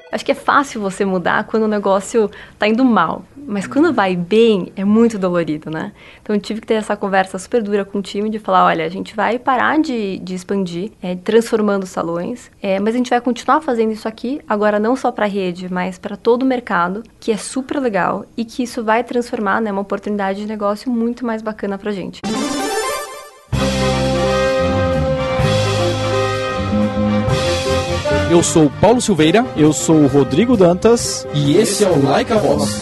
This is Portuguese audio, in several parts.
Acho que é fácil você mudar quando o negócio tá indo mal. Mas quando vai bem, é muito dolorido, né? Então, eu tive que ter essa conversa super dura com o time de falar, olha, a gente vai parar de expandir, transformando salões, mas a gente vai continuar fazendo isso aqui, agora não só para a rede, mas para todo o mercado, que é super legal e que isso vai transformar, né, uma oportunidade de negócio muito mais bacana pra gente. Eu sou o Paulo Silveira. Eu sou o Rodrigo Dantas. E esse é o Like a Boss.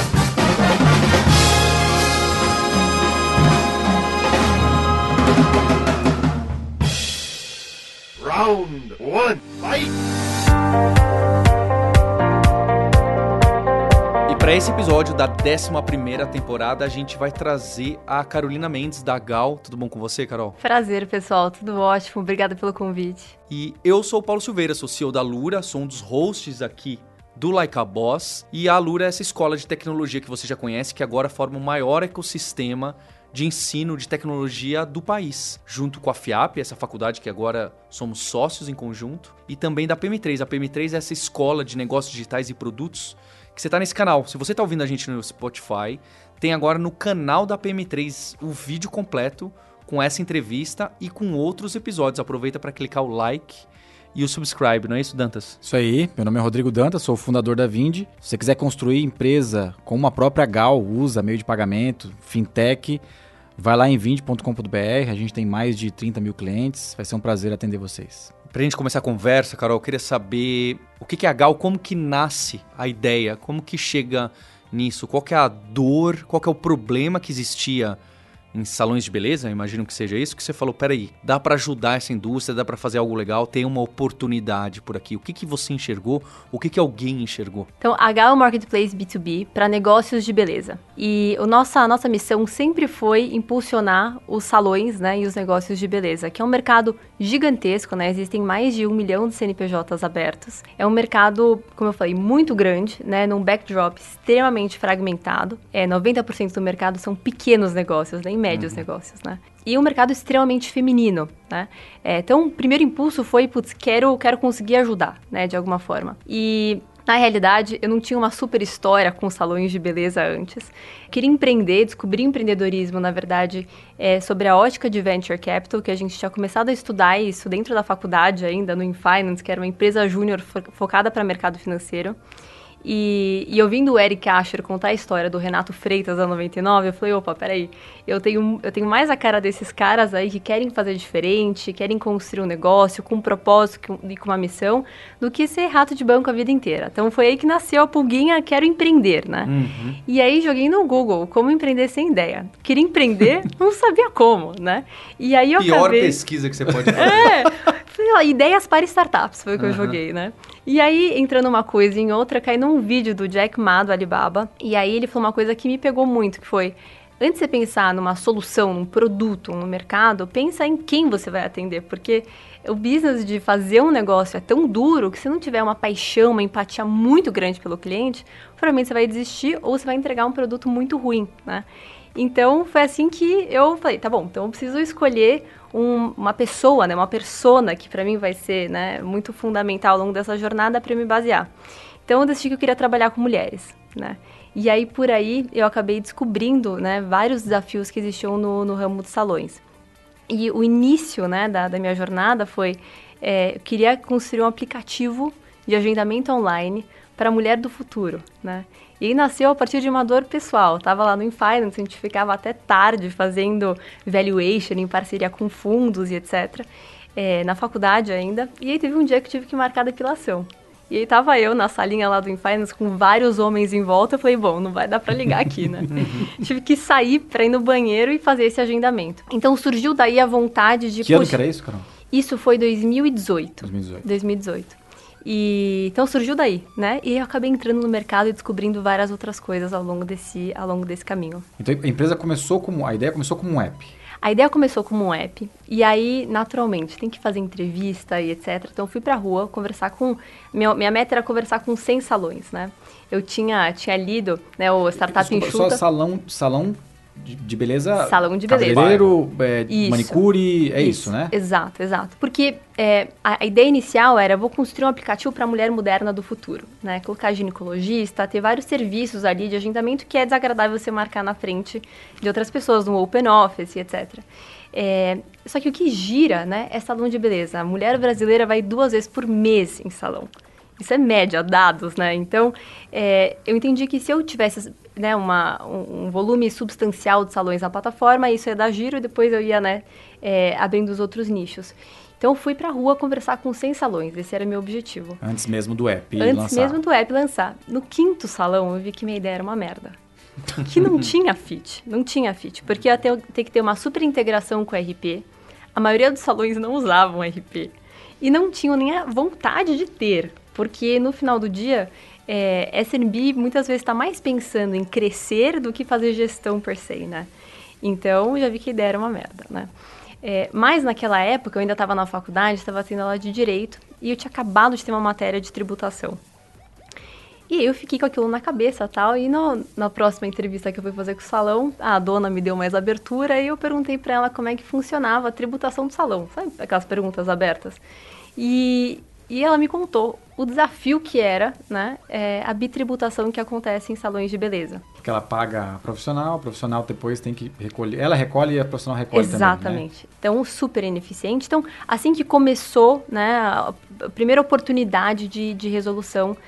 Round 1, fight! E para esse episódio da 11ª temporada, a gente vai trazer a Carolina Mendes, da Gal. Tudo bom com você, Carol? Prazer, pessoal. Tudo ótimo. Obrigada pelo convite. E eu sou o Paulo Silveira, sou CEO da Lura, sou um dos hosts aqui do Like a Boss. E a Lura é essa escola de tecnologia que você já conhece, que agora forma o maior ecossistema de ensino de tecnologia do país, junto com a FIAP, essa faculdade que agora somos sócios em conjunto, e também da PM3. A PM3 é essa escola de negócios digitais e produtos que você está nesse canal. Se você está ouvindo a gente no Spotify, tem agora no canal da PM3 o vídeo completo com essa entrevista e com outros episódios. Aproveita para clicar o like e o subscribe, não é isso, Dantas? Isso aí, meu nome é Rodrigo Dantas, sou o fundador da Vindi. Se você quiser construir empresa com uma própria Gal, usa meio de pagamento, fintech, vai lá em vindi.com.br, a gente tem mais de 30 mil clientes, vai ser um prazer atender vocês. Pra gente começar a conversa, Carol, eu queria saber o que é a Gal, como que nasce a ideia, como que chega nisso, qual que é a dor, qual que é o problema que existia em salões de beleza, eu imagino que seja isso, que você falou, peraí, dá para ajudar essa indústria, dá para fazer algo legal, tem uma oportunidade por aqui. O que você enxergou? O que alguém enxergou? Então, a Gal é um marketplace B2B para negócios de beleza. E a nossa missão sempre foi impulsionar os salões, né, e os negócios de beleza, que é um mercado gigantesco, né? Existem mais de 1 milhão de CNPJs abertos. É um mercado, como eu falei, muito grande, né, num backdrop extremamente fragmentado. 90% do mercado são pequenos negócios, né, médios negócios, né? E um mercado extremamente feminino, né? Então, o primeiro impulso foi, quero conseguir ajudar, né, de alguma forma. E, na realidade, eu não tinha uma super história com salões de beleza antes. Queria empreender, descobri empreendedorismo, na verdade, sobre a ótica de Venture Capital, que a gente tinha começado a estudar isso dentro da faculdade ainda, no InFinance, que era uma empresa júnior focada para mercado financeiro. E ouvindo o Eric Asher contar a história do Renato Freitas da 99, eu falei, opa, peraí, eu tenho mais a cara desses caras aí que querem fazer diferente, querem construir um negócio com um propósito e com uma missão, do que ser rato de banco a vida inteira. Então foi aí que nasceu a pulguinha, quero empreender, né? Uhum. E aí joguei no Google, como empreender sem ideia. Queria empreender, não sabia como, né? E aí eu Pior pesquisa que você pode fazer. Ideias para startups, foi o que eu joguei, né? E aí, entrando uma coisa em outra, caí num vídeo do Jack Ma, do Alibaba, e aí ele falou uma coisa que me pegou muito, que foi, antes de você pensar numa solução, num produto, no mercado, pensa em quem você vai atender, porque o business de fazer um negócio é tão duro que se não tiver uma paixão, uma empatia muito grande pelo cliente, provavelmente você vai desistir ou você vai entregar um produto muito ruim, né? Então, foi assim que eu falei, tá bom, então eu preciso escolher uma pessoa, né, uma persona que para mim vai ser, né, muito fundamental ao longo dessa jornada para me basear. Então, eu decidi que eu queria trabalhar com mulheres, né? E aí, por aí, eu acabei descobrindo, né, vários desafios que existiam no ramo de salões. E o início, né, da minha jornada foi, eu queria construir um aplicativo de agendamento online para a mulher do futuro, né? E nasceu a partir de uma dor pessoal. Estava lá no InFinance, a gente ficava até tarde fazendo valuation em parceria com fundos e etc. Na faculdade ainda. E aí teve um dia que eu tive que marcar depilação. E aí tava eu na salinha lá do InFinance com vários homens em volta. Eu falei, bom, não vai dar para ligar aqui, né? Tive que sair para ir no banheiro e fazer esse agendamento. Então surgiu daí a vontade de... Que ano que era isso, Carol? Isso foi 2018. 2018. E então surgiu daí, né? E eu acabei entrando no mercado e descobrindo várias outras coisas ao longo desse caminho. Então a empresa começou a ideia começou como um app. A ideia começou como um app, e aí, naturalmente, tem que fazer entrevista e etc. Então, eu fui pra rua conversar com... Minha meta era conversar com 100 salões, né? Eu tinha lido, né, o Startup Enxuta... Só salão de beleza... Salão de beleza. Cabeleireiro, Isso. manicure, isso, né? Exato. Porque a ideia inicial era, vou construir um aplicativo para a mulher moderna do futuro, né? Colocar ginecologista, ter vários serviços ali de agendamento que é desagradável você marcar na frente de outras pessoas, no open office, etc. Só que o que gira, né, é salão de beleza. A mulher brasileira vai 2 vezes por mês em salão. Isso é média, dados, né? Então, eu entendi que se eu tivesse, né, um volume substancial de salões na plataforma, isso ia dar giro e depois eu ia, né, abrindo os outros nichos. Então, eu fui pra rua conversar com 100 salões. Esse era meu objetivo. Antes mesmo do app lançar. No 5º salão, eu vi que minha ideia era uma merda. Que não tinha fit. Porque ia ter que ter uma super integração com o RP. A maioria dos salões não usavam RP. E não tinham nem a vontade de ter. Porque no final do dia, SMB muitas vezes está mais pensando em crescer do que fazer gestão per se, né? Então, já vi que a ideia era uma merda, né? Mas naquela época, eu ainda estava na faculdade, estava tendo aula de Direito, e eu tinha acabado de ter uma matéria de tributação. E eu fiquei com aquilo na cabeça e tal, e na próxima entrevista que eu fui fazer com o salão, a dona me deu mais abertura, e eu perguntei para ela como é que funcionava a tributação do salão, sabe? Aquelas perguntas abertas. E ela me contou o desafio que era, né, a bitributação que acontece em salões de beleza. Porque ela paga a profissional, o profissional depois tem que recolher. Ela recolhe e a profissional recolhe Exatamente. também, né? Então, super ineficiente. Então, assim que começou, né, a primeira oportunidade de resolução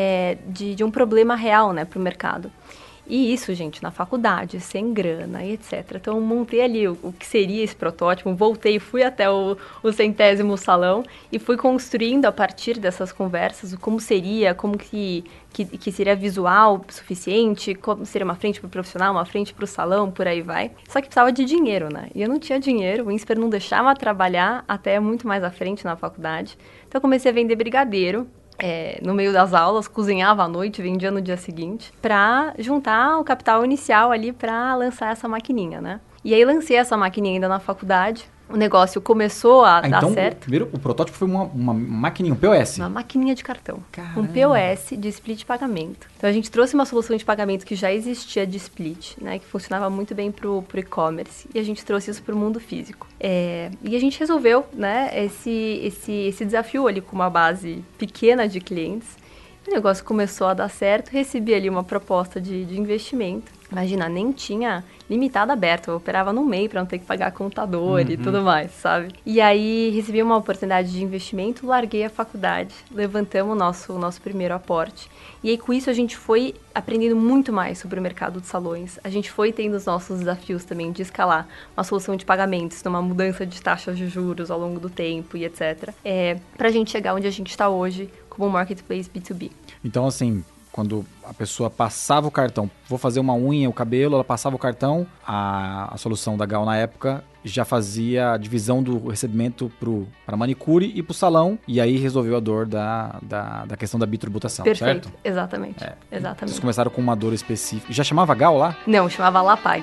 de um problema real, né, para o mercado. E isso, gente, na faculdade, sem grana e etc. Então, montei ali o que seria esse protótipo, voltei, fui até o 100º salão e fui construindo a partir dessas conversas como seria, como que seria visual suficiente, como seria uma frente para o profissional, uma frente para o salão, por aí vai. Só que precisava de dinheiro, né? E eu não tinha dinheiro, o INSPER não deixava trabalhar até muito mais à frente na faculdade. Então, eu comecei a vender brigadeiro. No meio das aulas, cozinhava à noite, vendia no dia seguinte, para juntar o capital inicial ali para lançar essa maquininha, né? E aí lancei essa maquininha ainda na faculdade, o negócio começou a dar certo. Então, o protótipo foi uma maquininha, um POS? Uma maquininha de cartão. Caramba. Um POS de split pagamento. Então, a gente trouxe uma solução de pagamento que já existia de split, né? Que funcionava muito bem pro e-commerce. E a gente trouxe isso pro mundo físico. E a gente resolveu, né? Esse desafio ali com uma base pequena de clientes. O negócio começou a dar certo. Recebi ali uma proposta de investimento. Imagina, nem tinha limitado aberto, eu operava no MEI para não ter que pagar contador e tudo mais, sabe? E aí recebi uma oportunidade de investimento, larguei a faculdade, levantamos o nosso primeiro aporte. E aí com isso a gente foi aprendendo muito mais sobre o mercado de salões. A gente foi tendo os nossos desafios também de escalar uma solução de pagamentos, numa mudança de taxas de juros ao longo do tempo e etc. Pra gente chegar onde a gente está hoje como marketplace B2B. Então, assim, quando a pessoa passava o cartão, vou fazer uma unha, o cabelo, ela passava o cartão, a solução da Gal na época já fazia a divisão do recebimento para manicure e para o salão, e aí resolveu a dor da questão da bitributação, Perfeito, certo? Exatamente. Vocês começaram com uma dor específica. Já chamava Gal lá? Não, chamava Lapag.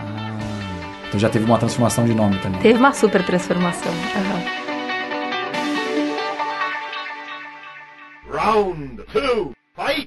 Então já teve uma transformação de nome também. Teve uma super transformação. Round 2, fight!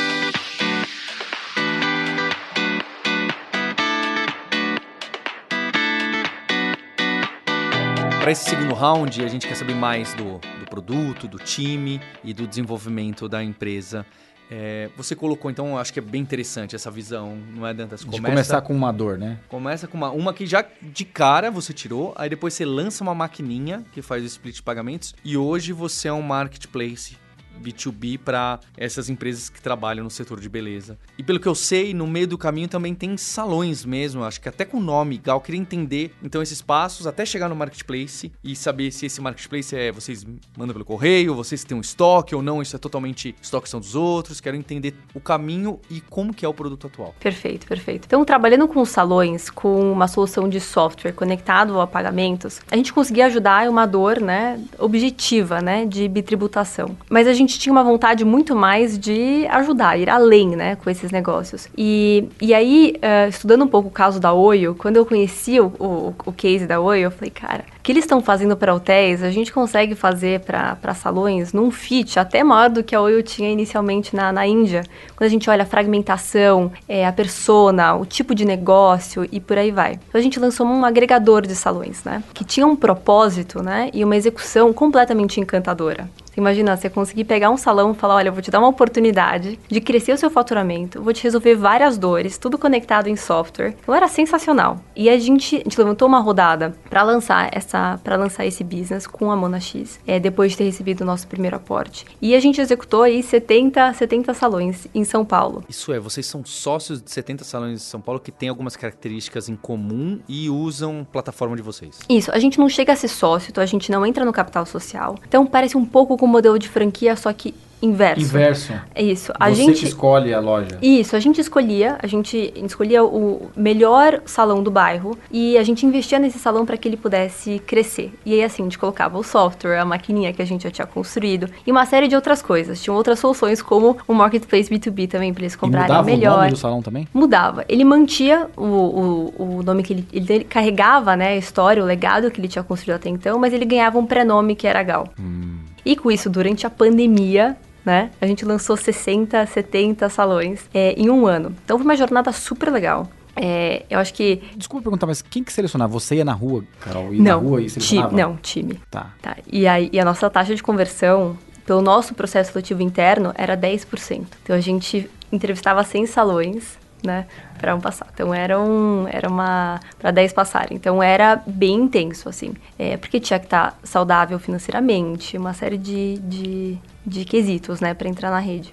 Para esse segundo round, a gente quer saber mais do produto, do time e do desenvolvimento da empresa. Você colocou, então, acho que é bem interessante essa visão, não é, Dantas? De começar com uma dor, né? Começa com uma que já de cara você tirou, aí depois você lança uma maquininha que faz o split de pagamentos e hoje você é um marketplace B2B para essas empresas que trabalham no setor de beleza. E pelo que eu sei, no meio do caminho também tem salões mesmo, acho que até com o nome Gal. Queria entender, então, esses passos até chegar no marketplace e saber se esse marketplace vocês mandam pelo correio, vocês têm um estoque ou não, isso é totalmente estoque são dos outros. Quero entender o caminho e como que é o produto atual. Perfeito. Então, trabalhando com salões, com uma solução de software conectado a pagamentos, a gente conseguia ajudar uma dor, né, objetiva, né, de bitributação. Mas a gente tinha uma vontade muito mais de ajudar, ir além, né, com esses negócios. E aí, estudando um pouco o caso da Oio, quando eu conheci o case da Oio, eu falei, cara, que eles estão fazendo para hotéis, a gente consegue fazer para salões num fit até maior do que a Oyo tinha inicialmente na Índia. Quando a gente olha a fragmentação, a persona, o tipo de negócio e por aí vai. Então a gente lançou um agregador de salões, né? Que tinha um propósito, né? E uma execução completamente encantadora. Você imagina, você conseguir pegar um salão e falar, olha, eu vou te dar uma oportunidade de crescer o seu faturamento, vou te resolver várias dores, tudo conectado em software. Então era sensacional. E a gente levantou uma rodada para lançar esse business com a Mona X, depois de ter recebido o nosso primeiro aporte. E a gente executou aí 70 salões em São Paulo. Isso é, vocês são sócios de 70 salões de São Paulo que têm algumas características em comum e usam a plataforma de vocês. Isso, a gente não chega a ser sócio, então a gente não entra no capital social. Então parece um pouco com o modelo de franquia, só que inverso. Isso. Você que escolhe a loja. Isso, a gente escolhia o melhor salão do bairro e a gente investia nesse salão para que ele pudesse crescer. E aí, assim, a gente colocava o software, a maquininha que a gente já tinha construído e uma série de outras coisas. Tinham outras soluções, como o Marketplace B2B também, para eles comprarem melhor. Mudava o nome do salão também? Mudava. Ele mantia o nome que ele carregava, né, a história, o legado que ele tinha construído até então, mas ele ganhava um pré-nome que era Gal. E com isso, durante a pandemia, né, a gente lançou 60, 70 salões em um ano. Então foi uma jornada super legal. Eu acho que... Desculpa perguntar, mas quem que selecionava? Você ia na rua, Carol? Ia na rua e selecionava? Time. Tá. E a nossa taxa de conversão, pelo nosso processo seletivo interno, era 10%. Então a gente entrevistava 100 salões, né, para um passar. Então para 10 passarem. Então era bem intenso, assim. Porque tinha que estar saudável financeiramente, uma série de quesitos, né, para entrar na rede.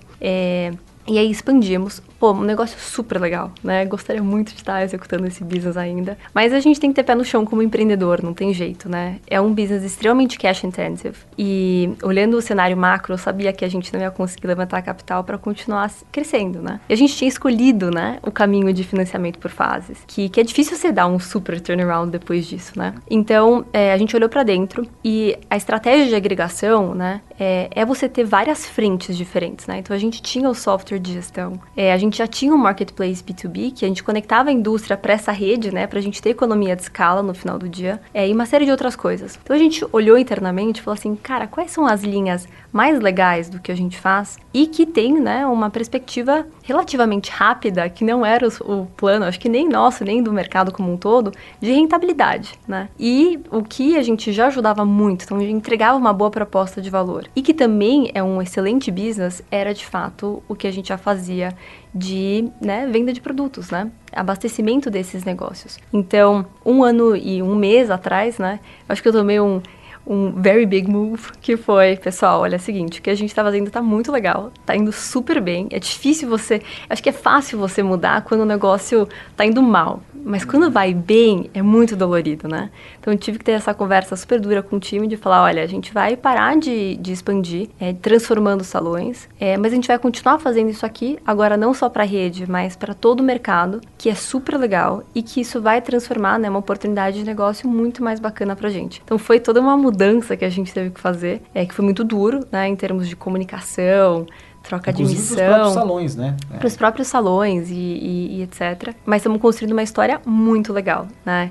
E aí expandimos. Pô, um negócio super legal, né? Gostaria muito de estar executando esse business ainda. Mas a gente tem que ter pé no chão como empreendedor, não tem jeito, né? É um business extremamente cash intensive. E olhando o cenário macro, eu sabia que a gente não ia conseguir levantar capital para continuar crescendo, né? E a gente tinha escolhido, né, o caminho de financiamento por fases. Que é difícil você dar um super turnaround depois disso, né? Então, a gente olhou para dentro e a estratégia de agregação, né, é você ter várias frentes diferentes, né? Então, a gente tinha o software de gestão. A gente já tinha um marketplace B2B, que a gente conectava a indústria para essa rede, né, para a gente ter economia de escala no final do dia, e uma série de outras coisas. Então a gente olhou internamente e falou assim, cara, quais são as linhas mais legais do que a gente faz e que tem, né, uma perspectiva relativamente rápida, que não era o plano, acho que nem nosso, nem do mercado como um todo, de rentabilidade, né? E o que a gente já ajudava muito, então a gente entregava uma boa proposta de valor. E que também é um excelente business, era de fato o que a gente já fazia de, né, venda de produtos, né? Abastecimento desses negócios. Então, 1 ano e 1 mês atrás, né, acho que eu tomei um very big move, que foi, pessoal, olha, é o seguinte, o que a gente tá fazendo tá muito legal, tá indo super bem, é difícil acho que é fácil você mudar quando o negócio tá indo mal, mas quando vai bem, é muito dolorido, né? Então eu tive que ter essa conversa super dura com o time de falar, olha, a gente vai parar de expandir, transformando salões, mas a gente vai continuar fazendo isso aqui, agora não só pra rede, mas para todo o mercado, que é super legal e que isso vai transformar, né, uma oportunidade de negócio muito mais bacana pra gente. Então foi toda uma mudança que a gente teve que fazer, que foi muito duro, né, em termos de comunicação, troca de missão. Para os próprios salões, né? Para os próprios salões e etc. Mas estamos construindo uma história muito legal, né?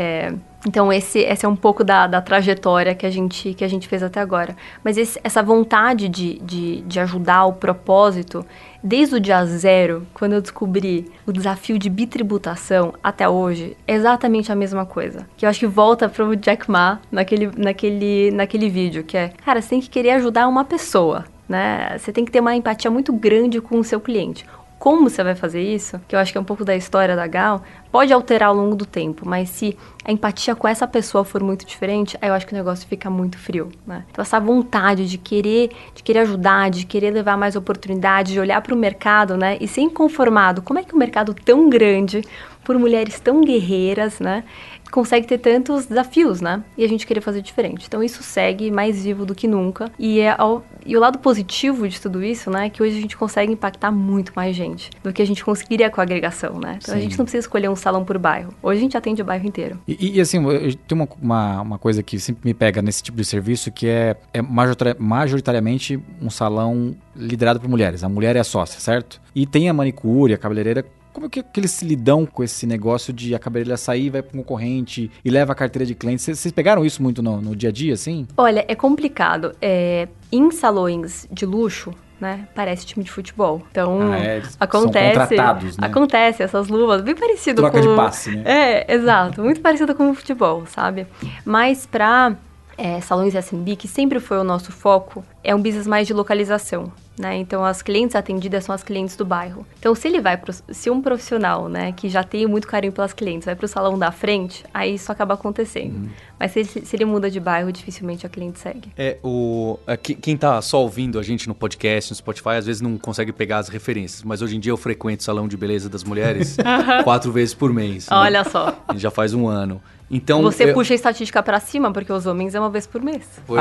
Então, esse é um pouco da trajetória que a gente fez até agora. Mas essa vontade de ajudar, o propósito, desde o dia zero, quando eu descobri o desafio de bitributação até hoje, é exatamente a mesma coisa. Que eu acho que volta pro Jack Ma naquele vídeo, que é, cara, você tem que querer ajudar uma pessoa, né? Você tem que ter uma empatia muito grande com o seu cliente. Como você vai fazer isso, que eu acho que é um pouco da história da Gal, pode alterar ao longo do tempo, mas se a empatia com essa pessoa for muito diferente, aí eu acho que o negócio fica muito frio, né? Então essa vontade de querer ajudar, de querer levar mais oportunidade, de olhar para o mercado, né, e ser inconformado, como é que um mercado tão grande, por mulheres tão guerreiras, né, consegue ter tantos desafios, né? E a gente querer fazer diferente. Então isso segue mais vivo do que nunca. E o lado positivo de tudo isso, né, é que hoje a gente consegue impactar muito mais gente do que a gente conseguiria com a agregação, né? Então a gente não precisa escolher um salão por bairro. Hoje a gente atende o bairro inteiro. E assim, tem uma coisa que sempre me pega nesse tipo de serviço, que é majoritariamente um salão liderado por mulheres. A mulher é a sócia, certo? E tem a manicure, a cabeleireira Como é que eles se lidam com esse negócio de a cabeleireira sair, vai para um concorrente e leva a carteira de clientes? Vocês pegaram isso muito no dia a dia, assim? Olha, é complicado. Em salões de luxo, né, parece time de futebol. Então, acontece, são contratados, né? Acontece essas luvas, bem parecido Troca com... de passe, né? Exato, muito parecido com o futebol, sabe? Mas para salões SMB, que sempre foi o nosso foco, é um business mais de localização, né? Então, as clientes atendidas são as clientes do bairro. Então, se um profissional, né, que já tem muito carinho pelas clientes, vai para o salão da frente, aí isso acaba acontecendo. Mas se ele muda de bairro, dificilmente a cliente segue. Quem tá só ouvindo a gente no podcast, no Spotify, às vezes não consegue pegar as referências. Mas hoje em dia eu frequento o Salão de Beleza das Mulheres 4 vezes por mês. Olha só. Já faz um ano. Então, você puxa a estatística para cima, porque os homens é uma vez por mês. Pois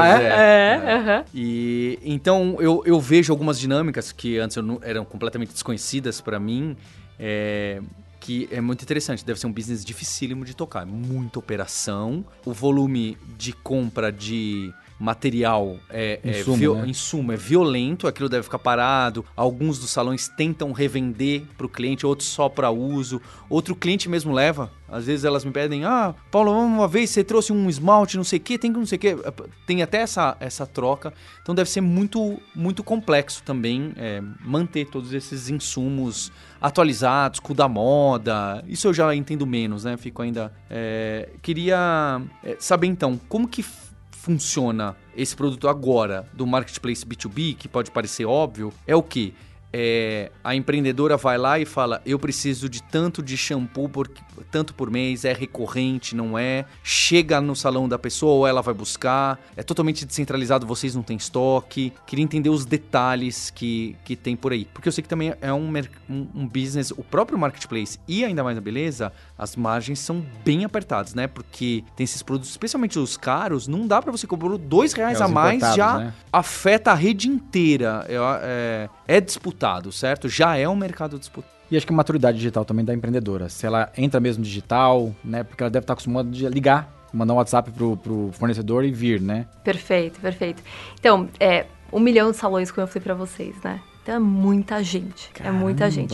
E então eu vejo algumas dinâmicas que antes eram completamente desconhecidas para mim, que é muito interessante. Deve ser um business dificílimo de tocar. Muita operação. O volume de compra de material insumo é violento, aquilo deve ficar parado. Alguns dos salões tentam revender para o cliente, outros só para uso. Outro cliente mesmo leva. Às vezes elas me pedem, Paulo, uma vez você trouxe um esmalte, não sei o quê, tem que não sei o quê. Tem até essa troca. Então deve ser muito, muito complexo também manter todos esses insumos atualizados, com o da moda. Isso eu já entendo menos, né? Fico ainda... Queria saber então, como que funciona esse produto agora do Marketplace B2B, que pode parecer óbvio, é o quê? A empreendedora vai lá e fala, eu preciso de tanto de shampoo tanto por mês, é recorrente, não é? Chega no salão da pessoa ou ela vai buscar? É totalmente descentralizado, vocês não têm estoque? Queria entender os detalhes que tem por aí. Porque eu sei que também é um business, o próprio Marketplace e ainda mais a beleza, as margens são bem apertadas, né? Porque tem esses produtos, especialmente os caros, não dá pra você cobrar R$2 a mais, já né? Afeta a rede inteira. É disputado, certo? Já é um mercado disputado. E acho que a maturidade digital também da empreendedora. Se ela entra mesmo digital, né? Porque ela deve estar acostumada a ligar, mandar um WhatsApp pro fornecedor e vir, né? Perfeito. Então, 1 milhão de salões, como eu falei pra vocês, né? Então é muita gente. Caramba, é muita gente.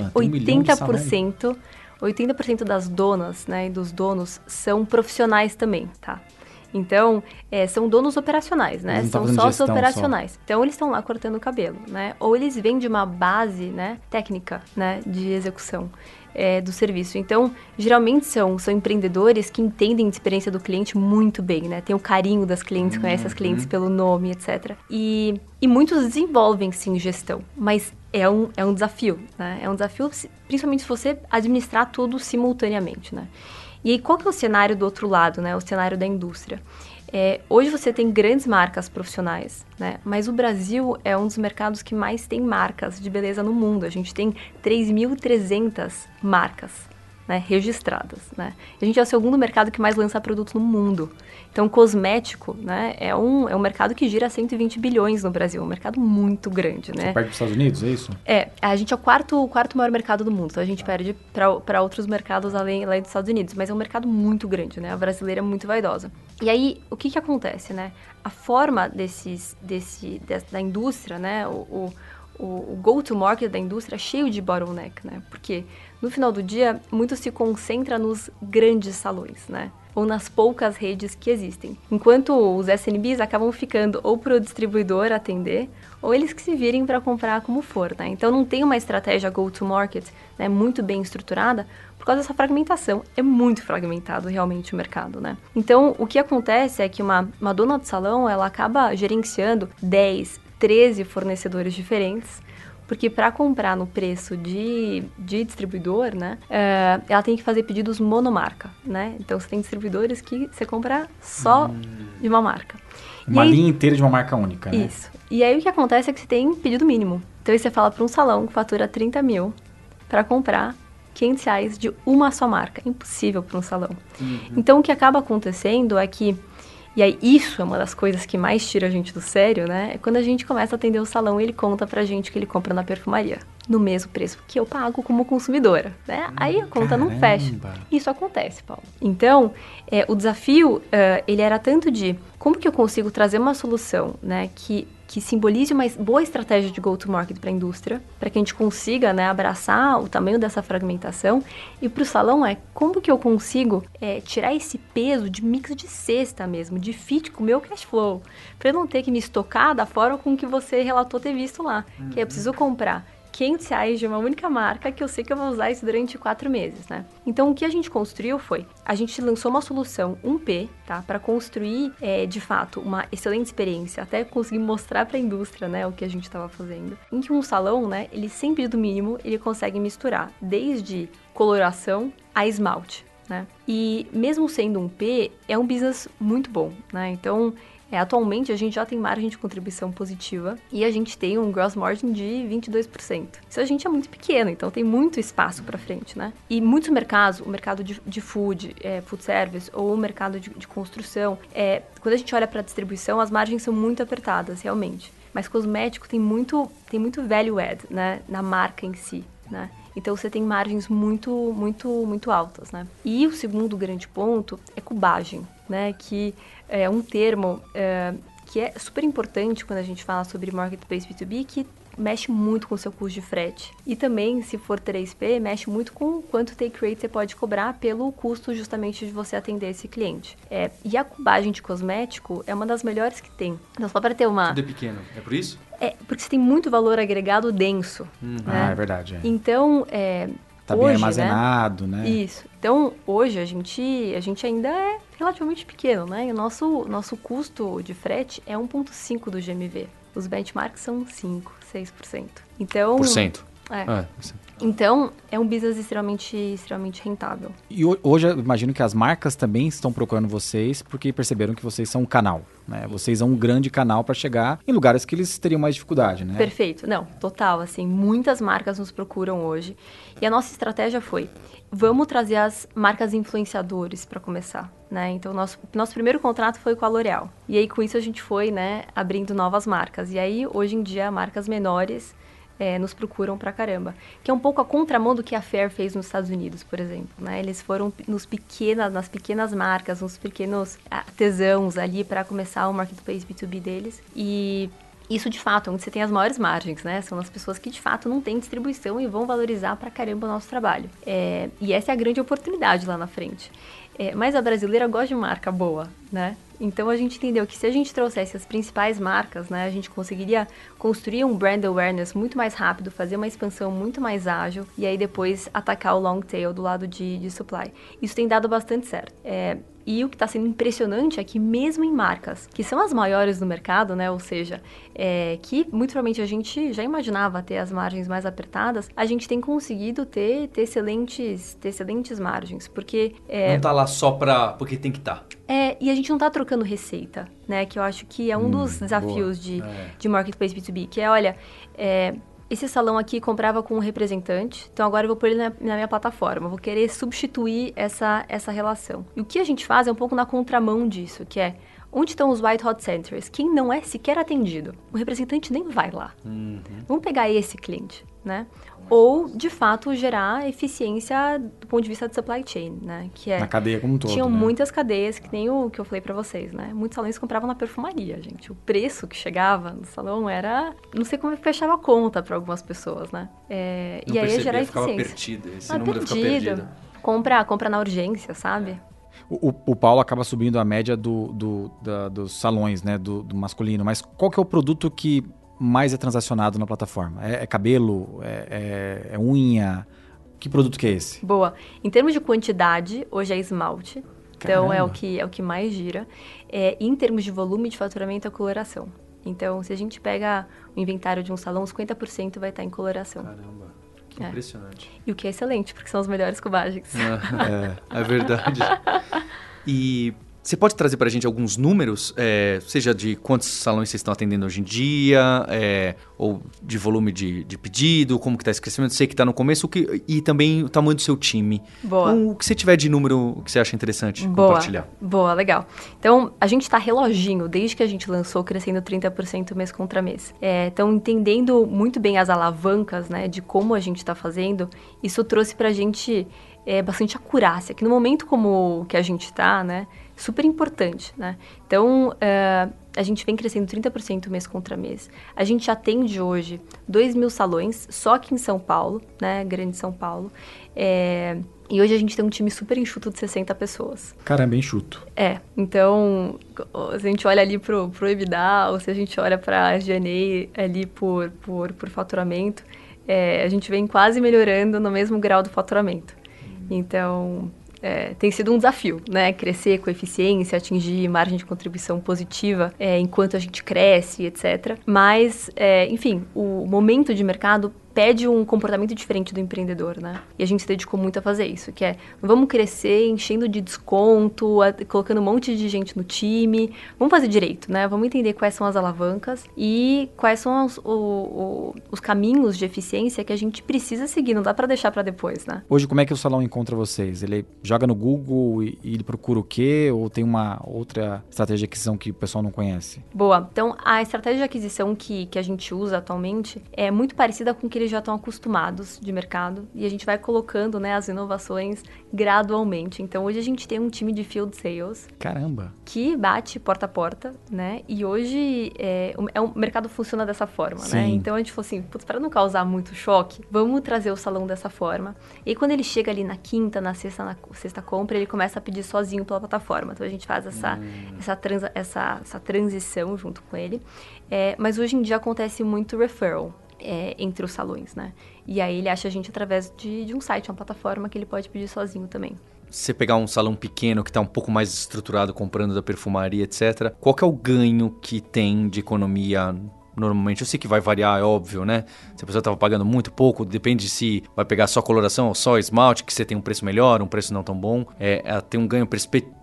80% das donas, né, e dos donos são profissionais também, tá? Então, são donos operacionais, né? São sócios operacionais. Então, eles estão lá cortando o cabelo, né? Ou eles vêm de uma base, né, técnica, né, de execução do serviço. Então, geralmente são empreendedores que entendem a experiência do cliente muito bem, né? Tem o carinho das clientes, conhecem as clientes pelo nome, etc. E muitos desenvolvem, sim, gestão, mas é um desafio, né? É um desafio, principalmente se você administrar tudo simultaneamente, né? E aí, qual que é o cenário do outro lado, né? O cenário da indústria. Hoje você tem grandes marcas profissionais, né? Mas o Brasil é um dos mercados que mais tem marcas de beleza no mundo. A gente tem 3.300 marcas, né, registradas, né? A gente é o segundo mercado que mais lança produtos no mundo. Então, cosmético, né, é um mercado que gira 120 bilhões no Brasil. É um mercado muito grande, né? Perto dos Estados Unidos, é isso? A gente é o quarto maior mercado do mundo. Então, a gente perde para outros mercados além dos Estados Unidos. Mas é um mercado muito grande, né? A brasileira é muito vaidosa. E aí, o que acontece, né? A forma da indústria, né? O go-to-market da indústria é cheio de bottleneck, né? Porque, no final do dia, muito se concentra nos grandes salões, né? Ou nas poucas redes que existem. Enquanto os SMBs acabam ficando ou para o distribuidor atender, ou eles que se virem para comprar como for, né? Então, não tem uma estratégia go-to-market, né, muito bem estruturada por causa dessa fragmentação. É muito fragmentado realmente o mercado, né? Então, o que acontece é que uma dona de salão, ela acaba gerenciando 10, 13 fornecedores diferentes, porque para comprar no preço de distribuidor, né, ela tem que fazer pedidos monomarca, né? Então, você tem distribuidores que você compra só de uma marca. Uma linha inteira de uma marca única, né? Isso. E aí, o que acontece é que você tem pedido mínimo. Então, aí você fala para um salão que fatura 30 mil para comprar R$500 de uma só marca. Impossível para um salão. Então, o que acaba acontecendo é que... E aí, isso é uma das coisas que mais tira a gente do sério, né? É quando a gente começa a atender o salão e ele conta pra gente que ele compra na perfumaria, no mesmo preço que eu pago como consumidora, né? Aí a conta não fecha. Isso acontece, Paulo. Então, o desafio, ele era tanto de como que eu consigo trazer uma solução, né, que que simbolize uma boa estratégia de go-to-market para a indústria, para que a gente consiga, né, abraçar o tamanho dessa fragmentação. E para o salão como que eu consigo tirar esse peso de mix de cesta mesmo, de fit com o meu cash flow, para eu não ter que me estocar da forma com que você relatou ter visto lá, que eu preciso comprar R$500 de uma única marca que eu sei que eu vou usar isso durante 4 meses, né? Então, o que a gente construiu foi, a gente lançou uma solução 1P, tá? Para construir, de fato, uma excelente experiência, até conseguir mostrar para a indústria, né, o que a gente estava fazendo. Em que um salão, né, ele sem pedido mínimo, ele consegue misturar desde coloração a esmalte, né? E mesmo sendo 1P, é um business muito bom, né? Então, atualmente a gente já tem margem de contribuição positiva e a gente tem um gross margin de 22%. Isso a gente é muito pequeno, então tem muito espaço para frente, né? E muitos mercados, o mercado de food service ou o mercado de construção, quando a gente olha para a distribuição, as margens são muito apertadas, realmente. Mas cosmético tem muito value add, né, na marca em si, né? Então, você tem margens muito, muito, muito altas, né? E o segundo grande ponto é cubagem, né? Que é um termo que é super importante quando a gente fala sobre marketplace B2B, que mexe muito com o seu custo de frete. E também, se for 3P, mexe muito com quanto take rate você pode cobrar pelo custo justamente de você atender esse cliente. E a cubagem de cosmético é uma das melhores que tem. Então, só para ter uma... Tudo é pequeno, é por isso? Porque você tem muito valor agregado denso. Né? É verdade. Então, tá hoje, bem armazenado, né? Isso. Então, hoje a gente ainda é relativamente pequeno, né? E o nosso custo de frete é 1,5% do GMV. Os benchmarks são 5%, 6%. Então... Por cento. Então, é um business extremamente rentável. E hoje eu imagino que as marcas também estão procurando vocês porque perceberam que vocês são um canal, né? Vocês são um grande canal para chegar em lugares que eles teriam mais dificuldade, né? Perfeito. Não, total, assim, muitas marcas nos procuram hoje. E a nossa estratégia foi, vamos trazer as marcas influenciadores para começar, né? Então, nosso primeiro contrato foi com a L'Oréal. E aí, com isso, a gente foi, né, abrindo novas marcas. E aí, hoje em dia, marcas menores... nos procuram pra caramba. Que é um pouco a contramão do que a Fair fez nos Estados Unidos, por exemplo, né? Eles foram nas pequenas marcas, nos pequenos artesãos ali para começar o marketplace B2B deles. E isso, de fato, é onde você tem as maiores margens, né? São as pessoas que, de fato, não têm distribuição e vão valorizar pra caramba o nosso trabalho. E essa é a grande oportunidade lá na frente. Mas a brasileira gosta de marca boa, né? Então, a gente entendeu que se a gente trouxesse as principais marcas, né, a gente conseguiria construir um brand awareness muito mais rápido, fazer uma expansão muito mais ágil e aí depois atacar o long tail do lado de supply. Isso tem dado bastante certo. E o que está sendo impressionante é que mesmo em marcas que são as maiores do mercado, né, ou seja, que muito provavelmente a gente já imaginava ter as margens mais apertadas, a gente tem conseguido ter excelentes margens, porque... não tá lá só porque tem que estar. E a gente não tá trocando receita, né, que eu acho que é um dos desafios de marketplace B2B, que olha... esse salão aqui comprava com um representante, então agora eu vou pôr ele na minha plataforma, eu vou querer substituir essa relação. E o que a gente faz é um pouco na contramão disso, que é onde estão os White Hot Centers? Quem não é sequer atendido? O representante nem vai lá. Vamos pegar esse cliente, né? Ou, de fato, gerar eficiência do ponto de vista de supply chain, né? Que na cadeia como um todo, tinham né? muitas cadeias, que nem o que eu falei pra vocês, né? Muitos salões compravam na perfumaria, gente. O preço que chegava no salão era... Não sei como fechava a conta para algumas pessoas, né? E aí gerar eficiência. Esse número fica perdido. Compra na urgência, sabe? O Paulo acaba subindo a média dos salões, né? Do masculino. Mas qual que é o produto que mais é transacionado na plataforma? É cabelo? É unha? Que produto que é esse? Boa. Em termos de quantidade, hoje é esmalte. Então, Caramba. é o que mais gira. E em termos de volume de faturamento, é coloração. Então, se a gente pega o inventário de um salão, 50% vai estar em coloração. Caramba, que impressionante. E o que é excelente, porque são as melhores cubagens. É verdade. E... você pode trazer para a gente alguns números, seja de quantos salões vocês estão atendendo hoje em dia, ou de volume de pedido, como que está esse crescimento? Sei que está no começo, e também o tamanho do seu time. Boa. Então, o que você tiver de número que você acha interessante compartilhar. Boa, legal. Então, a gente está reloginho, desde que a gente lançou, crescendo 30% mês contra mês. Então, entendendo muito bem as alavancas, né, de como a gente está fazendo, isso trouxe para a gente bastante acurácia, que no momento como que a gente está, né, super importante, né? Então, A gente vem crescendo 30% mês contra mês. A gente atende hoje 2.000 salões, só aqui em São Paulo, né? Grande São Paulo. E hoje a gente tem um time super enxuto de 60 pessoas. Caramba, enxuto. Então, se a gente olha ali pro EBITDA, ou se a gente olha para G&A ali por faturamento, a gente vem quase melhorando no mesmo grau do faturamento. Então, tem sido um desafio, né? Crescer com eficiência, atingir margem de contribuição positiva enquanto a gente cresce, etc. Mas, enfim, o momento de mercado pede um comportamento diferente do empreendedor, né? E a gente se dedicou muito a fazer isso, que não vamos crescer enchendo de desconto, colocando um monte de gente no time. Vamos fazer direito, né? Vamos entender quais são as alavancas e quais são os caminhos de eficiência que a gente precisa seguir. Não dá para deixar para depois, né? Hoje, como é que o salão encontra vocês? Ele joga no Google e ele procura o quê? Ou tem uma outra estratégia de aquisição que o pessoal não conhece? Boa. Então, a estratégia de aquisição que a gente usa atualmente é muito parecida com o que eles já estão acostumados de mercado e a gente vai colocando, né, as inovações gradualmente. Então, hoje a gente tem um time de Field Sales. Caramba! Que bate porta a porta, né? E hoje o mercado funciona dessa forma, Sim. né? Então, a gente falou assim, para não causar muito choque, vamos trazer o salão dessa forma. E quando ele chega ali na quinta, na sexta compra, ele começa a pedir sozinho pela plataforma. Então, a gente faz essa transição junto com ele. Mas hoje em dia acontece muito referral. Entre os salões, né? E aí ele acha a gente através de um site, uma plataforma que ele pode pedir sozinho também. Se você pegar um salão pequeno que está um pouco mais estruturado, comprando da perfumaria, etc., qual que é o ganho que tem de economia normalmente? Eu sei que vai variar, é óbvio, né? Se a pessoa estava pagando muito, pouco, depende se vai pegar só coloração ou só esmalte, que você tem um preço melhor, um preço não tão bom. Tem um ganho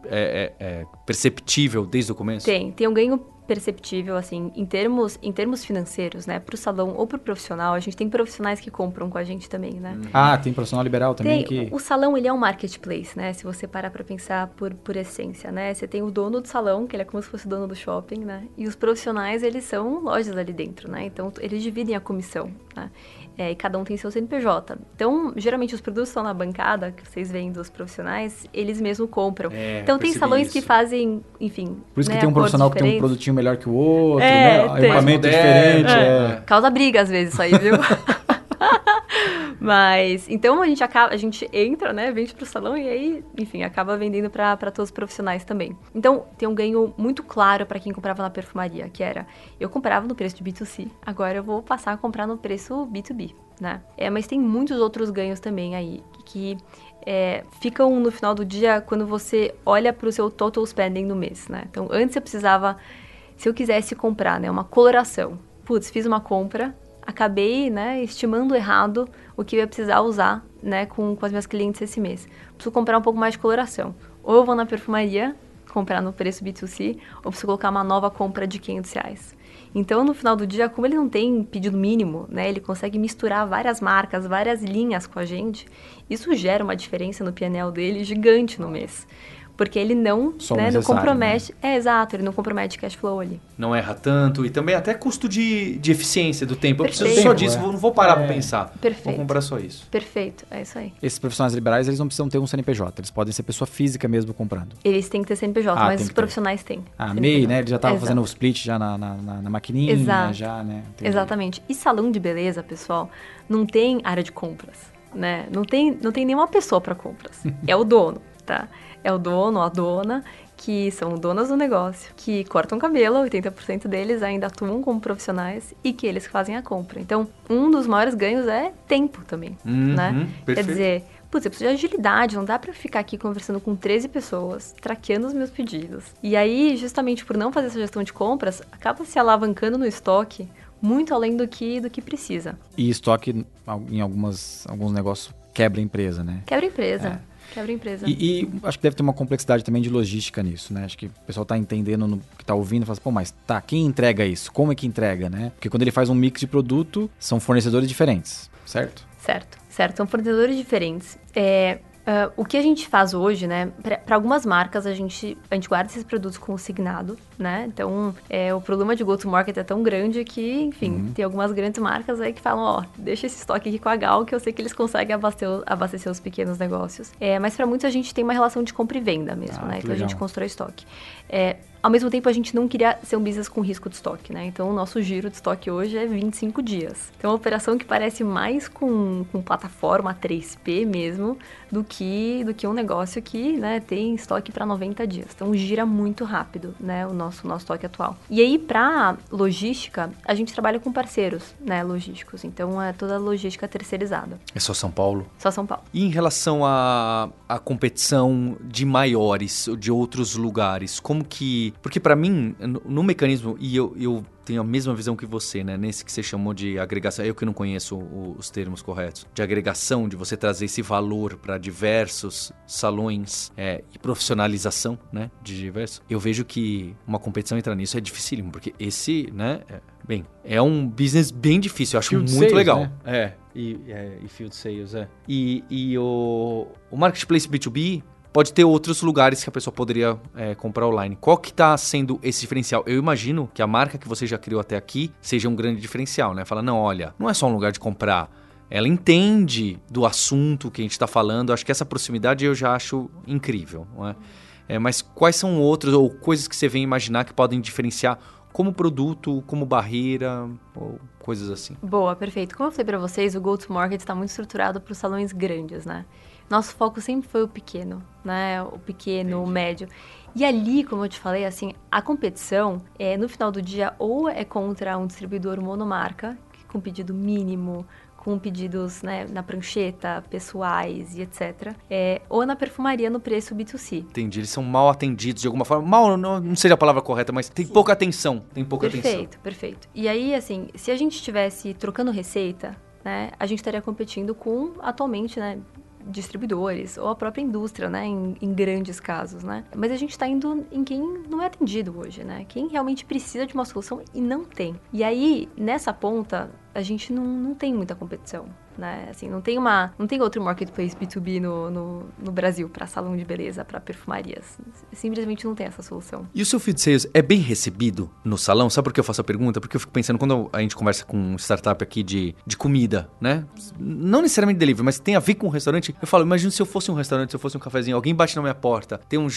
perceptível desde o começo? Tem um ganho perceptível, assim, em termos financeiros, né? Para o salão ou para o profissional, a gente tem profissionais que compram com a gente também, né? Tem profissional liberal também O salão, ele é um marketplace, né? Se você parar para pensar por essência, né? Você tem o dono do salão, que ele é como se fosse o dono do shopping, né? E os profissionais, eles são lojas ali dentro, né? Então, eles dividem a comissão, né? E cada um tem seu CNPJ. Então, geralmente, os produtos estão na bancada, que vocês veem dos profissionais, eles mesmos compram. Então, tem salões que fazem, enfim... Por isso que né, tem um profissional que tem um produtinho melhor que o outro, né? Equipamento diferente. Causa briga, às vezes, isso aí, viu? Mas, então, a gente entra, né? Vende pro salão e aí, enfim, acaba vendendo para todos os profissionais também. Então, tem um ganho muito claro para quem comprava na perfumaria, que era, eu comprava no preço de B2C, agora eu vou passar a comprar no preço B2B, né? Mas tem muitos outros ganhos também aí, que ficam no final do dia quando você olha para o seu total spending no mês, né? Então, antes você precisava, se eu quisesse comprar, né, uma coloração, fiz uma compra, acabei, né, estimando errado o que eu ia precisar usar, né, com as minhas clientes esse mês. Preciso comprar um pouco mais de coloração. Ou eu vou na perfumaria comprar no preço B2C, ou preciso colocar uma nova compra de R$500. Então, no final do dia, como ele não tem pedido mínimo, né, ele consegue misturar várias marcas, várias linhas com a gente, isso gera uma diferença no P&L dele gigante no mês. Porque ele não compromete... Né? Exato, ele não compromete cash flow ali. Não erra tanto e também até custo de eficiência do tempo. Perfeito. Eu preciso só disso, não vou parar para pensar. Perfeito. Vou comprar só isso. Perfeito, é isso aí. Esses profissionais liberais, eles não precisam ter um CNPJ, eles podem ser pessoa física mesmo comprando. Eles têm que ter CNPJ, mas os profissionais têm. MEI, né? Ele já estava fazendo o split já na maquininha. Exato. Já, né? Entendi. Exatamente. E salão de beleza, pessoal, não tem área de compras, né? Não tem nenhuma pessoa para compras. É o dono, tá? É o dono ou a dona, que são donas do negócio, que cortam cabelo, 80% deles ainda atuam como profissionais e que eles fazem a compra. Então, um dos maiores ganhos é tempo também, né? Perfeito. Quer dizer, eu preciso de agilidade, não dá pra ficar aqui conversando com 13 pessoas, traqueando os meus pedidos. E aí, justamente por não fazer essa gestão de compras, acaba se alavancando no estoque muito além do que precisa. E estoque, em alguns negócios, quebra a empresa, né? Quebra a empresa. Quebra a empresa. E acho que deve ter uma complexidade também de logística nisso, né? Acho que o pessoal tá entendendo, que tá ouvindo, fala assim, mas quem entrega isso? Como é que entrega, né? Porque quando ele faz um mix de produto, são fornecedores diferentes, certo? Certo. São fornecedores diferentes. O que a gente faz hoje, né? Para algumas marcas, a gente guarda esses produtos consignado, né? Então, o problema de go-to-market é tão grande que, enfim, tem algumas grandes marcas aí que falam, deixa esse estoque aqui com a Gal, que eu sei que eles conseguem abastecer os pequenos negócios. Mas para muitos, a gente tem uma relação de compra e venda mesmo, né? Então, a gente constrói estoque. ao mesmo tempo a gente não queria ser um business com risco de estoque, né? Então o nosso giro de estoque hoje é 25 dias. Então é uma operação que parece mais com plataforma 3P mesmo do que um negócio que, né, tem estoque para 90 dias. Então gira muito rápido, né, o nosso estoque atual. E aí para logística, a gente trabalha com parceiros, né, logísticos. Então é toda a logística terceirizada. É só São Paulo? Só São Paulo. E em relação à competição de maiores, de outros lugares, como que... Porque para mim, no mecanismo, e eu tenho a mesma visão que você, né? Nesse que você chamou de agregação, eu que não conheço os termos corretos, de agregação, de você trazer esse valor para diversos salões e profissionalização, né? De diversos. Eu vejo que uma competição entrar nisso é dificílimo, porque esse, né? Bem, é um business bem difícil, eu acho Field muito sales, legal. né? E field sales, E o marketplace B2B pode ter outros lugares que a pessoa poderia comprar online. Qual que está sendo esse diferencial? Eu imagino que a marca que você já criou até aqui seja um grande diferencial, né? Fala, não, olha, não é só um lugar de comprar. Ela entende do assunto que a gente está falando. Acho que essa proximidade eu já acho incrível, não é? Mas quais são outros ou coisas que você vem imaginar que podem diferenciar como produto, como barreira ou coisas assim? Boa, perfeito. Como eu falei para vocês, o go-to-market está muito estruturado para os salões grandes, né? Nosso foco sempre foi o pequeno, né? O pequeno, Entendi. O médio. E ali, como eu te falei, assim, a competição, no final do dia, ou é contra um distribuidor monomarca, com pedido mínimo, com pedidos, né, na prancheta, pessoais e etc. Ou na perfumaria no preço B2C. Entendi, eles são mal atendidos de alguma forma. Mal não seja a palavra correta, mas tem pouca atenção. Perfeito. E aí, assim, se a gente estivesse trocando receita, né, a gente estaria competindo com, atualmente, né, distribuidores ou a própria indústria, né, em grandes casos, né? Mas a gente está indo em quem não é atendido hoje, né? Quem realmente precisa de uma solução e não tem. E aí, nessa ponta, a gente não tem muita competição, né? Assim, não tem outro marketplace B2B no Brasil para salão de beleza, para perfumarias. Simplesmente não tem essa solução. E o seu field sales é bem recebido no salão? Sabe por que eu faço a pergunta? Porque eu fico pensando, quando a gente conversa com um startup aqui de comida, né? Não necessariamente delivery, mas tem a ver com um restaurante. Eu falo, imagina se eu fosse um restaurante, se eu fosse um cafezinho, alguém bate na minha porta, tem uma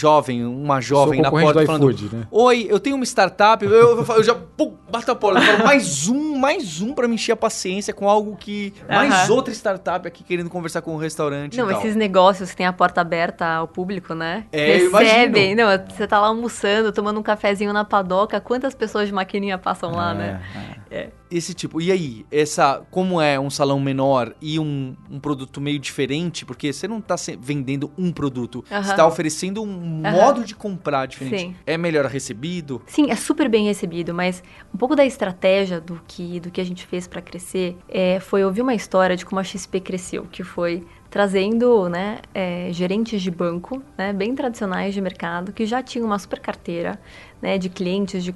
jovem na porta falando, né? Oi, eu tenho uma startup, eu já bato a porta, eu falo, mais um pra me encher a paciência com algo que... Mais outra startup aqui querendo conversar com o restaurante. Não, e tal. Esses negócios que tem a porta aberta ao público, né? Recebem. Não, você tá lá almoçando, tomando um cafezinho na padoca, quantas pessoas de maquininha passam lá, né? Esse tipo. E aí, como é um salão menor e um produto meio diferente, porque você não tá vendendo um produto, você tá oferecendo um modo de comprar diferente. Sim. É melhor recebido? Sim, é super bem recebido, mas um pouco da estratégia do que a gente fez para crescer foi ouvir uma história de como a XP cresceu, que foi trazendo, né, gerentes de banco, né, bem tradicionais de mercado, que já tinham uma super carteira, né, de clientes de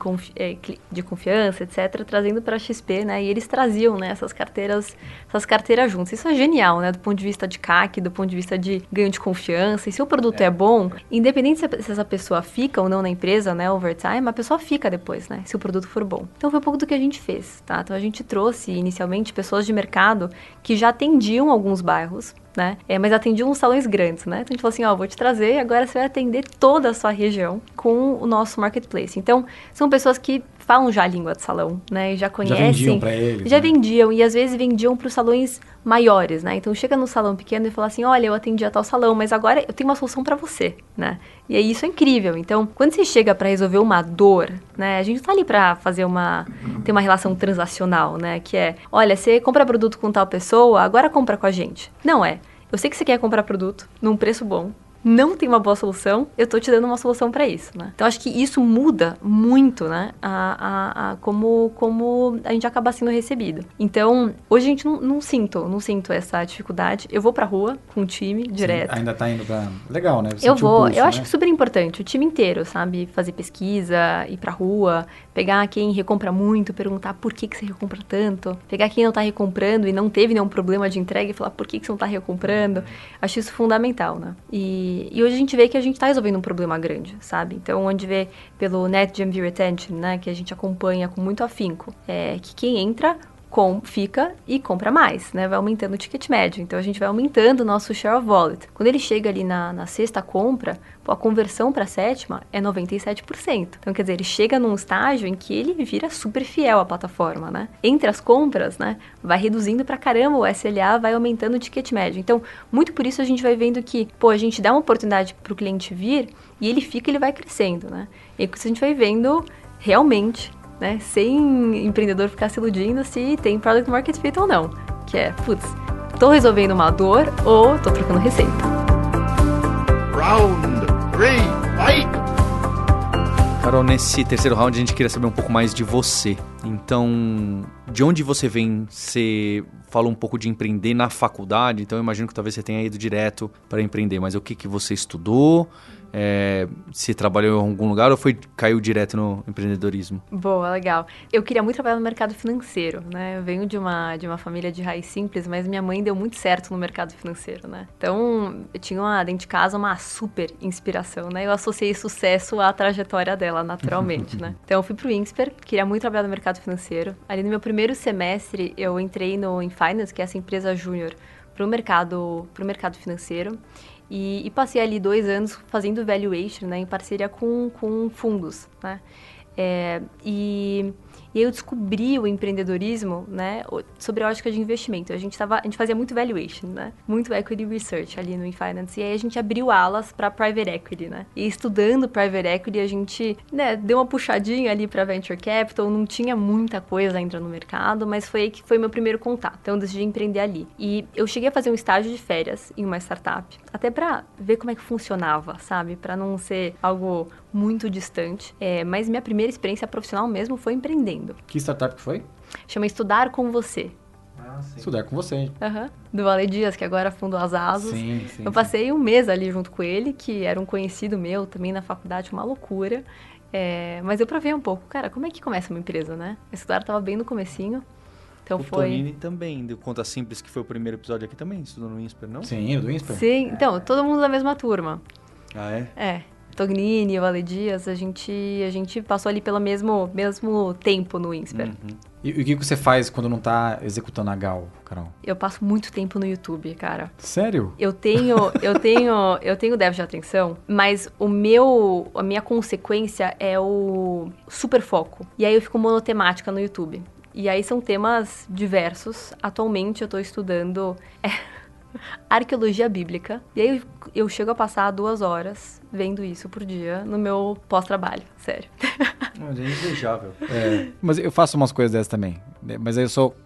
confiança, etc., trazendo para a XP, né, e eles traziam, né, essas carteiras juntas. Isso é genial, né, do ponto de vista de CAC, do ponto de vista de ganho de confiança. E se o produto é bom, independente se essa pessoa fica ou não na empresa, né, over time, a pessoa fica depois, né, se o produto for bom. Então foi um pouco do que a gente fez, tá? Então a gente trouxe inicialmente pessoas de mercado que já atendiam alguns bairros, né? Mas atendiam uns salões grandes, né? Então a gente falou assim, vou te trazer, agora você vai atender toda a sua região com o nosso marketplace. Então, são pessoas que falam já a língua de salão, né? E já conhecem. Já vendiam para eles. Já vendiam, e às vezes vendiam para os salões maiores, né? Então, chega no salão pequeno e fala assim, olha, eu atendi a tal salão, mas agora eu tenho uma solução para você, né? E aí isso é incrível. Então, quando você chega para resolver uma dor, né? A gente tá ali para fazer ter uma relação transacional, né? Que é, olha, você compra produto com tal pessoa, agora compra com a gente. Não é. Eu sei que você quer comprar produto num preço bom, não tem uma boa solução, eu tô te dando uma solução para isso, né? Então, acho que isso muda muito, né? Como a gente acaba sendo recebido. Então, hoje a gente não sinto essa dificuldade. Eu vou pra rua com o time, direto. Ainda tá indo pra... Legal, né? Eu vou. Eu acho que é super importante. O time inteiro, sabe? Fazer pesquisa, ir pra rua, pegar quem recompra muito, perguntar por que você recompra tanto. Pegar quem não tá recomprando e não teve nenhum problema de entrega e falar por que você não tá recomprando. Acho isso fundamental, né? E hoje a gente vê que a gente está resolvendo um problema grande, sabe? Então, onde vê pelo Net GMV Retention, né, que a gente acompanha com muito afinco, que quem entra fica e compra mais, né? Vai aumentando o ticket médio. Então, a gente vai aumentando o nosso share of wallet. Quando ele chega ali na sexta compra, a conversão para a sétima é 97%. Então, quer dizer, ele chega num estágio em que ele vira super fiel à plataforma, né? Entre as compras, né? Vai reduzindo pra caramba o SLA, vai aumentando o ticket médio. Então, muito por isso a gente vai vendo que, a gente dá uma oportunidade pro cliente vir e ele fica, ele vai crescendo, né? E aí, a gente vai vendo realmente, né? Sem empreendedor ficar se iludindo se tem product market fit ou não. Que é, tô resolvendo uma dor ou tô trocando receita. Round 3, fight! Carol, nesse terceiro round a gente queria saber um pouco mais de você. Então, de onde você vem? Você falou um pouco de empreender na faculdade, então eu imagino que talvez você tenha ido direto para empreender, mas o que você estudou? Se trabalhou em algum lugar ou caiu direto no empreendedorismo? Boa, legal. Eu queria muito trabalhar no mercado financeiro, né? Eu venho de uma família de raiz simples, mas minha mãe deu muito certo no mercado financeiro, né? Então, eu tinha dentro de casa uma super inspiração, né? Eu associei sucesso à trajetória dela, naturalmente, né? Então, eu fui pro Insper, queria muito trabalhar no mercado financeiro. Ali no meu primeiro semestre, eu entrei no InFinance, que é essa empresa júnior, pro mercado financeiro. E passei ali 2 anos fazendo valuation, né, em parceria com fundos, né? E aí eu descobri o empreendedorismo, né, sobre a ótica de investimento. A gente fazia muito valuation, né, muito equity research ali no InFinance. E aí a gente abriu alas para private equity, né? E estudando private equity, a gente, né, deu uma puxadinha ali para venture capital. Não tinha muita coisa ainda no mercado, mas foi aí que foi meu primeiro contato. Então eu decidi empreender ali. E eu cheguei a fazer um estágio de férias em uma startup, até para ver como é que funcionava, sabe? Para não ser algo muito distante. Mas minha primeira experiência profissional mesmo foi empreendendo. Que startup que foi? Chama Estudar com Você. Sim. Estudar com você. Do Vale Dias, que agora fundou as Asos. Sim. Eu passei um mês ali junto com ele, que era um conhecido meu também na faculdade, uma loucura. Mas eu provei um pouco, cara, como é que começa uma empresa, né? A Estudar estava bem no comecinho. Então Tonini também, do Conta Simples, que foi o primeiro episódio aqui também, estudou no Insper, não? Sim, do Insper. Sim, então, todo mundo da mesma turma. Ah, é? Tonini, Vale Dias, a gente passou ali pelo mesmo tempo no Insper. Uhum. E o que você faz quando não tá executando a Gal, Carol? Eu passo muito tempo no YouTube, cara. Sério? Eu tenho déficit de atenção, mas a minha consequência é o super foco. E aí eu fico monotemática no YouTube. E aí são temas diversos. Atualmente eu estou estudando arqueologia bíblica. E aí eu chego a passar 2 horas vendo isso por dia no meu pós-trabalho, sério. Mas é invejável. Mas eu faço umas coisas dessas também. Mas aí eu sou...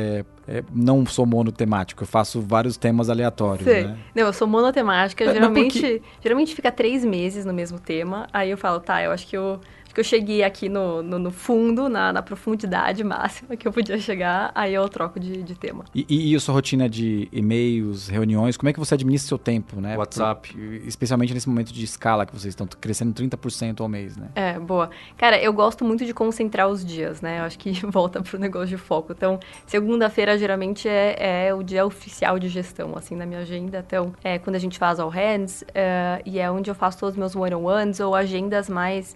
não sou monotemático, eu faço vários temas aleatórios, Sei. né? Não, eu sou monotemática, geralmente fica 3 meses no mesmo tema. Aí eu falo, eu acho que eu cheguei aqui no fundo, na profundidade máxima que eu podia chegar, aí eu troco de tema. E a sua rotina de e-mails, reuniões, como é que você administra seu tempo, né? WhatsApp. Especialmente nesse momento de escala que vocês estão crescendo 30% ao mês, né? Boa. Cara, eu gosto muito de concentrar os dias, né? Eu acho que volta pro negócio de foco. Então, segunda-feira geralmente é o dia oficial de gestão, assim, na minha agenda. Então, quando a gente faz all hands, e é onde eu faço todos os meus one-on-ones ou agendas mais...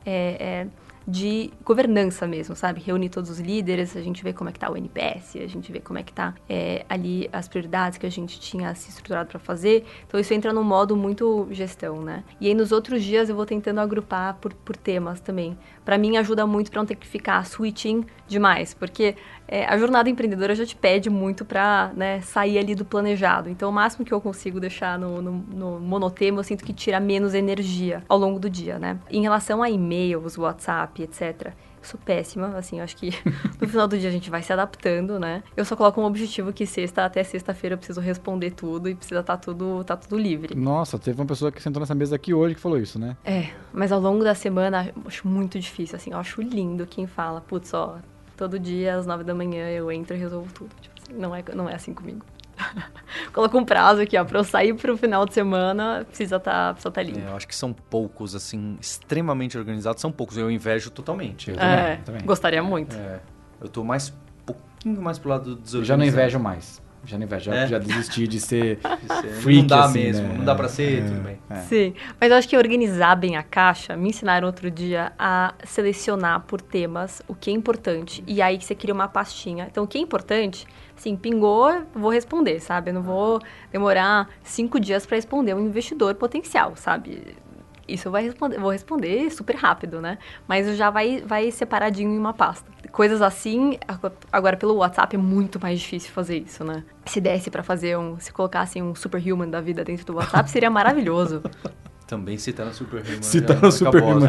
de governança mesmo, sabe? Reunir todos os líderes, a gente vê como é que tá o NPS, a gente vê como é que tá ali as prioridades que a gente tinha se estruturado para fazer. Então, isso entra num modo muito gestão, né? E aí, nos outros dias, eu vou tentando agrupar por temas também. Para mim, ajuda muito para não ter que ficar switching demais, porque a jornada empreendedora já te pede muito para, né, sair ali do planejado. Então, o máximo que eu consigo deixar no monotema, eu sinto que tira menos energia ao longo do dia, né? Em relação a e-mails, WhatsApp, etc., eu sou péssima, assim, eu acho que no final do dia a gente vai se adaptando, né? Eu só coloco um objetivo que até sexta-feira eu preciso responder tudo e precisa tá tudo livre. Nossa, teve uma pessoa que sentou nessa mesa aqui hoje que falou isso, né? Mas ao longo da semana eu acho muito difícil, assim, eu acho lindo quem fala, putz, todo dia às 9 da manhã eu entro e resolvo tudo. Tipo assim, não é assim comigo. Coloca um prazo aqui, pra eu sair pro final de semana, precisa tá limpo. Eu acho que são poucos, assim, extremamente organizados, são poucos. Eu invejo totalmente. Eu também. Gostaria muito. Eu tô pouquinho mais pro lado do desorganizado. Eu já não invejo mais. Já desisti de ser freak, não dá assim, mesmo, né? não dá pra ser, tudo bem. Sim, mas eu acho que organizar bem a caixa, me ensinaram outro dia a selecionar por temas o que é importante. E aí você cria uma pastinha. Então, o que é importante, assim, pingou, vou responder, sabe? Eu não vou demorar 5 dias para responder um investidor potencial, sabe? Isso eu vou responder super rápido, né? Mas já vai separadinho em uma pasta. Coisas assim, agora pelo WhatsApp é muito mais difícil fazer isso, né? Se desse pra fazer se colocasse um superhuman da vida dentro do WhatsApp, seria maravilhoso. Também citando Superhuman. Citando Superhuman.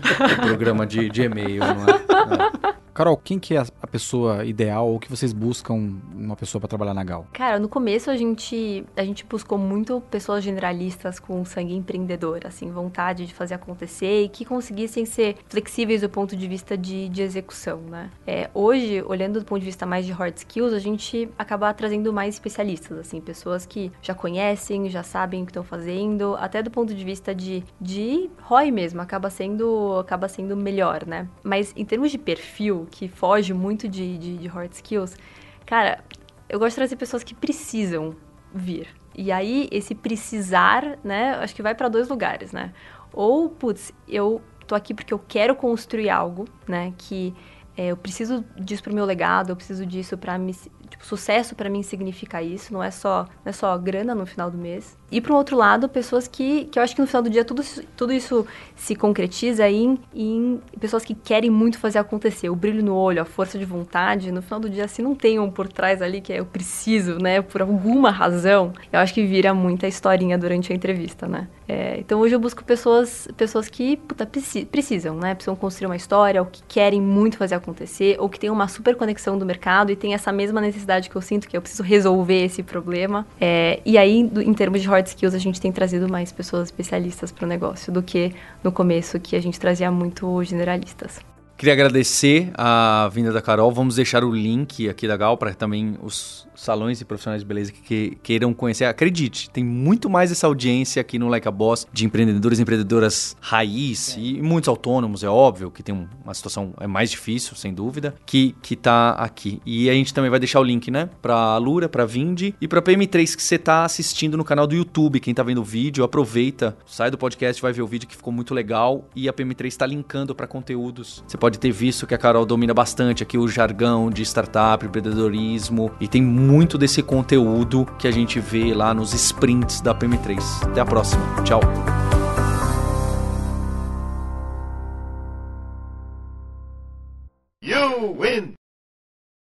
O programa de e-mail, não é? Carol, quem que é a pessoa ideal ou que vocês buscam uma pessoa para trabalhar na Gal? Cara, no começo a gente buscou muito pessoas generalistas com sangue empreendedor, assim, vontade de fazer acontecer e que conseguissem ser flexíveis do ponto de vista de execução, né? Hoje, olhando do ponto de vista mais de hard skills, a gente acaba trazendo mais especialistas, assim, pessoas que já conhecem, já sabem o que estão fazendo, até do ponto de vista de ROI mesmo, acaba sendo melhor, né? Mas em termos de perfil, que foge muito de hard skills, cara, eu gosto de trazer pessoas que precisam vir. E aí, esse precisar, né, acho que vai para 2 lugares, né? Ou, putz, eu tô aqui porque eu quero construir algo, né, que eu preciso disso pro meu legado, eu preciso disso para me... Tipo, sucesso para mim significa isso, não é só grana no final do mês. E por um outro lado, pessoas que eu acho que no final do dia tudo isso se concretiza em pessoas que querem muito fazer acontecer. O brilho no olho, a força de vontade, no final do dia, se não tem um por trás ali que eu preciso, né, por alguma razão, eu acho que vira muita historinha durante a entrevista, né. Então hoje eu busco pessoas que precisam, né, precisam construir uma história, ou que querem muito fazer acontecer, ou que tem uma super conexão do mercado e tem essa mesma necessidade que eu sinto, que eu preciso resolver esse problema. E aí, em termos de hard skills, a gente tem trazido mais pessoas especialistas para o negócio do que no começo, que a gente trazia muito generalistas. Queria agradecer a vinda da Carol. Vamos deixar o link aqui da Gal para também os salões e profissionais de beleza que queiram conhecer. Acredite, tem muito mais essa audiência aqui no Like a Boss de empreendedores e empreendedoras raiz e muitos autônomos, é óbvio, que tem uma situação mais difícil, sem dúvida, que tá aqui. E a gente também vai deixar o link, né, pra Alura, pra Vindi e pra PM3 que você tá assistindo no canal do YouTube. Quem tá vendo o vídeo, aproveita, sai do podcast, vai ver o vídeo que ficou muito legal e a PM3 tá linkando pra conteúdos. Você pode ter visto que a Carol domina bastante aqui o jargão de startup, empreendedorismo e tem muito desse conteúdo que a gente vê lá nos sprints da PM3. Até a próxima. Tchau. You win!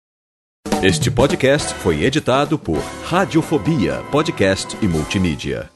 Este podcast foi editado por Radiofobia, podcast e multimídia.